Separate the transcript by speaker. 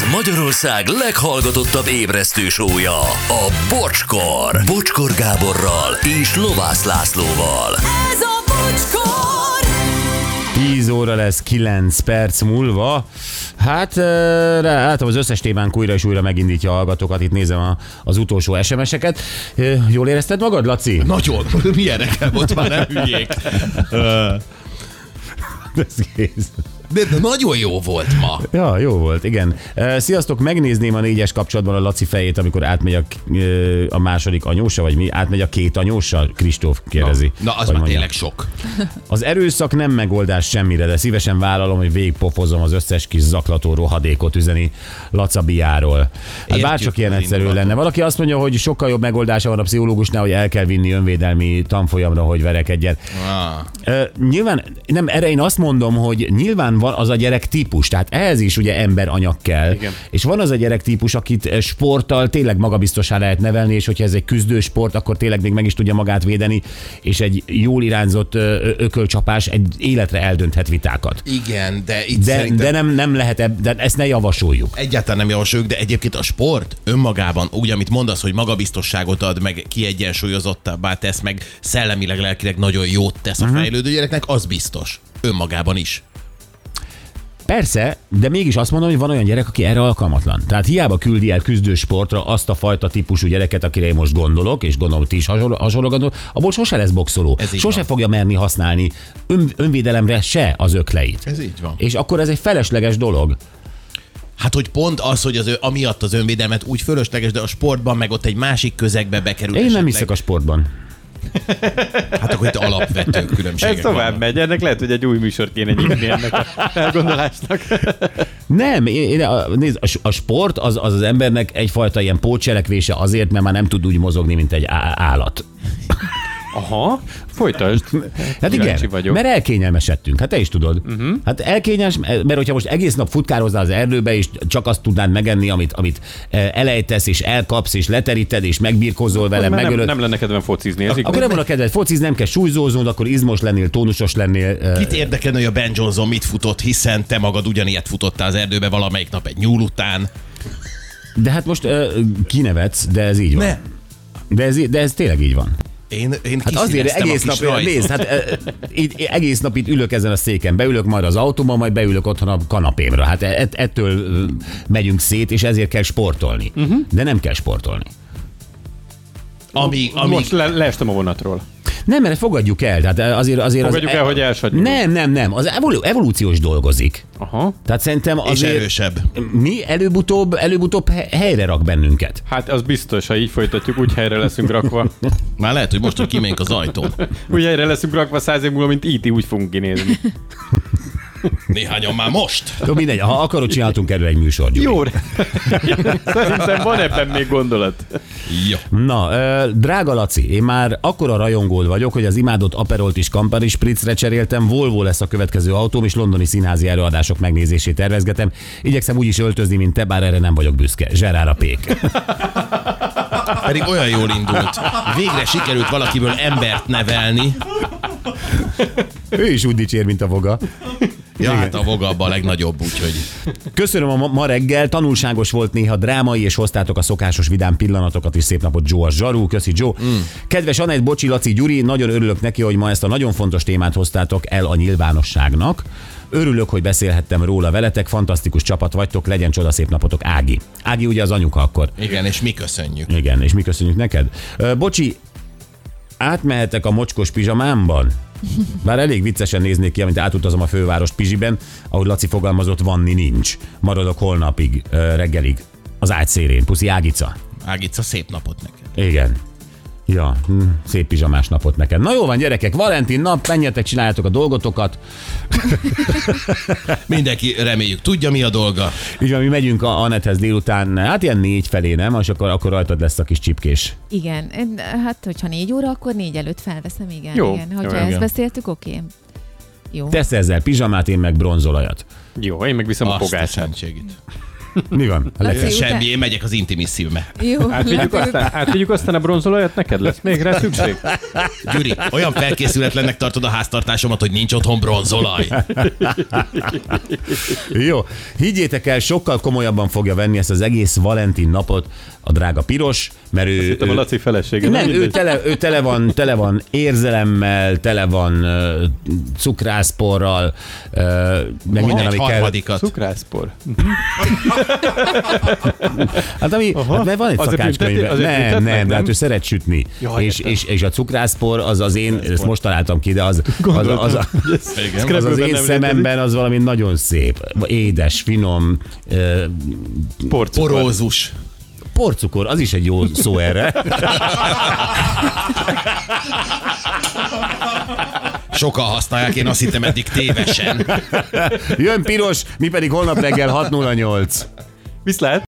Speaker 1: Ez Magyarország leghallgatottabb ébresztő show-ja, a Bocskor. Bocskor Gáborral és Lovász Lászlóval.
Speaker 2: Ez a Bocskor!
Speaker 3: 10 óra lesz 9 perc múlva. Hát az összes témánk újra és újra megindítja a hallgatókat. Itt nézem az utolsó SMS-eket. Jól érezted magad, Laci?
Speaker 4: Nagyon. Milyenekkel volt már, nem hülyék.
Speaker 3: Ez kész.
Speaker 4: De nagyon jó volt ma.
Speaker 3: Ja, jó volt, igen. Sziasztok, megnézném a 4-es kapcsolatban a Laci fejét, amikor átmegy a második anyósa, vagy mi? Átmegy a két anyósa? Kristóf kérdezi.
Speaker 4: Na az már tényleg sok.
Speaker 3: Az erőszak nem megoldás semmire, de szívesen vállalom, hogy végigpofozom az összes kis zaklató rohadékot, üzeni Lacabiáról. Hát bárcsak ilyen egyszerű lenne. Valaki azt mondja, hogy sokkal jobb megoldása van a pszichológusnál, hogy el kell vinni önvédelmi tanfolyamra, hogy verekedjen. Nyilván, nem, erre én azt mondom, hogy nyilván van az a gyerek típus, tehát ehhez is ugye emberanyag kell. Igen. És van az a gyerek típus, akit sporttal tényleg magabiztosan lehet nevelni, és hogyha ez egy küzdősport, akkor tényleg még meg is tudja magát védeni, és egy jól irányzott ökölcsapás egy életre eldönthet vitákat.
Speaker 4: Igen, de itt
Speaker 3: de nem lehet, de ezt ne javasoljuk.
Speaker 4: Egyáltalán nem javasoljuk, de egyébként a sport önmagában, úgy, amit mondasz, hogy magabiztosságot ad, meg kiegyensúlyozottabbá tesz, meg szellemileg, lelkileg nagyon jót tesz a fejlődő gyereknek, az biztos. Önmagában is.
Speaker 3: Persze, de mégis azt mondom, hogy van olyan gyerek, aki erre alkalmatlan. Tehát hiába küldi el küzdősportra azt a fajta típusú gyereket, akire én most gondolok, és gondolom, ti is hasonló gondolok, abból sose lesz boxoló. Sose fogja merni használni önvédelemre se az ökleit.
Speaker 4: Ez így van.
Speaker 3: És akkor ez egy felesleges dolog.
Speaker 4: Hát, hogy pont az, hogy amiatt az önvédelmet úgy fölösleges, de a sportban meg ott egy másik közegbe bekerül.
Speaker 3: Én nem hiszek a sportban.
Speaker 4: Hát akkor itt alapvető különbségek.
Speaker 5: Ez tovább megy, ennek lehet, hogy egy új műsor kéne nyitni ennek a elgondolásnak.
Speaker 3: Nem, nézd, a sport az embernek egyfajta ilyen pótcselekvése azért, mert már nem tud úgy mozogni, mint egy állat.
Speaker 5: Aha, folytasd.
Speaker 3: Hát igen,
Speaker 5: vagyok.
Speaker 3: Mert elkényelmesedtünk, hát te is tudod. Hát elkényelmes, mert hogyha most egész nap futkároznál az erdőbe, és csak azt tudnád megenni, amit elejtesz, és elkapsz, és leteríted, és megbirkózol vele, megölöd.
Speaker 5: Nem lenne kedvem focizni, ez igaz.
Speaker 3: Akkor nem volna kedved focizni, nem kell súlyzóznod, akkor izmos lennél, tónusos lennél.
Speaker 4: Kit érdekelne, hogy a Ben Johnson mit futott, hiszen te magad ugyanilyet futottál az erdőbe valamelyik nap egy nyúl után.
Speaker 3: De hát most kinevetsz, de ez így van. Ne. De ez tényleg így van.
Speaker 4: Én
Speaker 3: hát azért egész nap, nézd, egész nap itt ülök ezen a széken, beülök majd az autóban, majd beülök otthon a kanapémra. Hát ettől megyünk szét, és ezért kell sportolni. De nem kell sportolni.
Speaker 5: Most leestem a vonatról.
Speaker 3: Nem, mert fogadjuk el. Tehát azért
Speaker 5: fogadjuk el, hogy elsagyunk.
Speaker 3: Nem. Az evolúciós dolgozik.
Speaker 5: Aha.
Speaker 3: Tehát szerintem azért...
Speaker 4: És erősebb.
Speaker 3: Mi előbb-utóbb helyre rak bennünket.
Speaker 5: Hát az biztos, ha így folytatjuk, úgy helyre leszünk rakva.
Speaker 4: Már lehet, hogy most, hogy kimegyünk az ajtón.
Speaker 5: Úgy helyre leszünk rakva 100 év múlva, mint E.T. úgy fogunk kinézni.
Speaker 4: Néhányan már most.
Speaker 3: Jó, mindegy, ha akarod, csináltunk erről egy műsort.
Speaker 5: Jó, szerintem van ebben még gondolat.
Speaker 4: Jó.
Speaker 3: Na, drága Laci, én már akkora rajongód vagyok, hogy az imádott Aperolt is Campari Spritzre cseréltem, Volvo lesz a következő autóm, és londoni színházi előadások megnézését tervezgetem. Igyekszem úgy is öltözni, mint te, bár erre nem vagyok büszke. Zserár a pék.
Speaker 4: Pedig olyan jól indult. Végre sikerült valakiből embert nevelni.
Speaker 3: Ő is úgy dicsér, mint a voga.
Speaker 4: Ja, hát a voga abban a legnagyobb, úgyhogy...
Speaker 3: Köszönöm a ma reggel, tanulságos volt, néha drámai, és hoztátok a szokásos vidám pillanatokat is. Szép napot, Joe a zsaru. Köszi, Joe. Kedves Anett, Bocsi, Laci, Gyuri, nagyon örülök neki, hogy ma ezt a nagyon fontos témát hoztátok el a nyilvánosságnak. Örülök, hogy beszélhettem róla veletek, fantasztikus csapat vagytok, legyen csoda, szép napotok, Ági. Ági ugye az anyuka akkor.
Speaker 4: Igen, és mi köszönjük.
Speaker 3: Igen, és mi köszönjük neked. Bocsi, átmehetek a mocskos pizsamámban? Bár elég viccesen néznék ki, amint átutazom a főváros pizsiben, ahogy Laci fogalmazott, vanni nincs. Maradok holnapig, reggelig. Az ágy szélén. Puszi, Ágica.
Speaker 4: Ágica, szép napot neked.
Speaker 3: Igen. Ja, szép pizsamás napot neked. Na jó van, gyerekek, Valentin nap, menjetek, csináljátok a dolgotokat.
Speaker 4: Mindenki reméljük tudja, mi a dolga.
Speaker 3: Így van, mi megyünk a Anethez délután, hát ilyen 4 felé, nem? És akkor rajtad lesz a kis csipkés.
Speaker 2: Igen, hát hogyha 4 óra, akkor 4 előtt felveszem, igen.
Speaker 5: Jó,
Speaker 2: igen.
Speaker 5: jó,
Speaker 2: Hogyha ezt
Speaker 5: igen.
Speaker 2: beszéltük, oké. Jó.
Speaker 3: Tesz ezzel pizsamát, én meg bronzolajat.
Speaker 5: Jó, én meg viszem a
Speaker 4: Azt a
Speaker 5: fogását.
Speaker 4: szentségit.
Speaker 3: Mi van?
Speaker 2: Laci,
Speaker 4: Semmi, én megyek az Intimissime.
Speaker 2: Jó,
Speaker 5: Átvigyük aztán a bronzolajat, neked lesz még rá szükség?
Speaker 4: Gyuri, olyan felkészületlennek tartod a háztartásomat, hogy nincs otthon bronzolaj.
Speaker 3: Jó, higgyétek el, sokkal komolyabban fogja venni ezt az egész Valentin napot a drága Piros, mert ő...
Speaker 5: A Laci felesége.
Speaker 3: Nem, ő tele van érzelemmel, tele van cukrászporral, meg minden, ami kell.
Speaker 4: Harmadikat.
Speaker 5: Cukrászpor.
Speaker 3: Hát mert van egy szakácskönyv. Nem, de hát ő szeret sütni.
Speaker 5: Jaj,
Speaker 3: és a cukrászpor az én, ezt most találtam ki, de az én szememben az valami nagyon szép. Édes, finom,
Speaker 4: Porózus.
Speaker 3: porcukor, az is egy jó szó erre.
Speaker 4: Sokan használják, én azt hittem eddig tévesen.
Speaker 3: Jön Piros, mi pedig holnap reggel 6:08.
Speaker 5: Viszlát!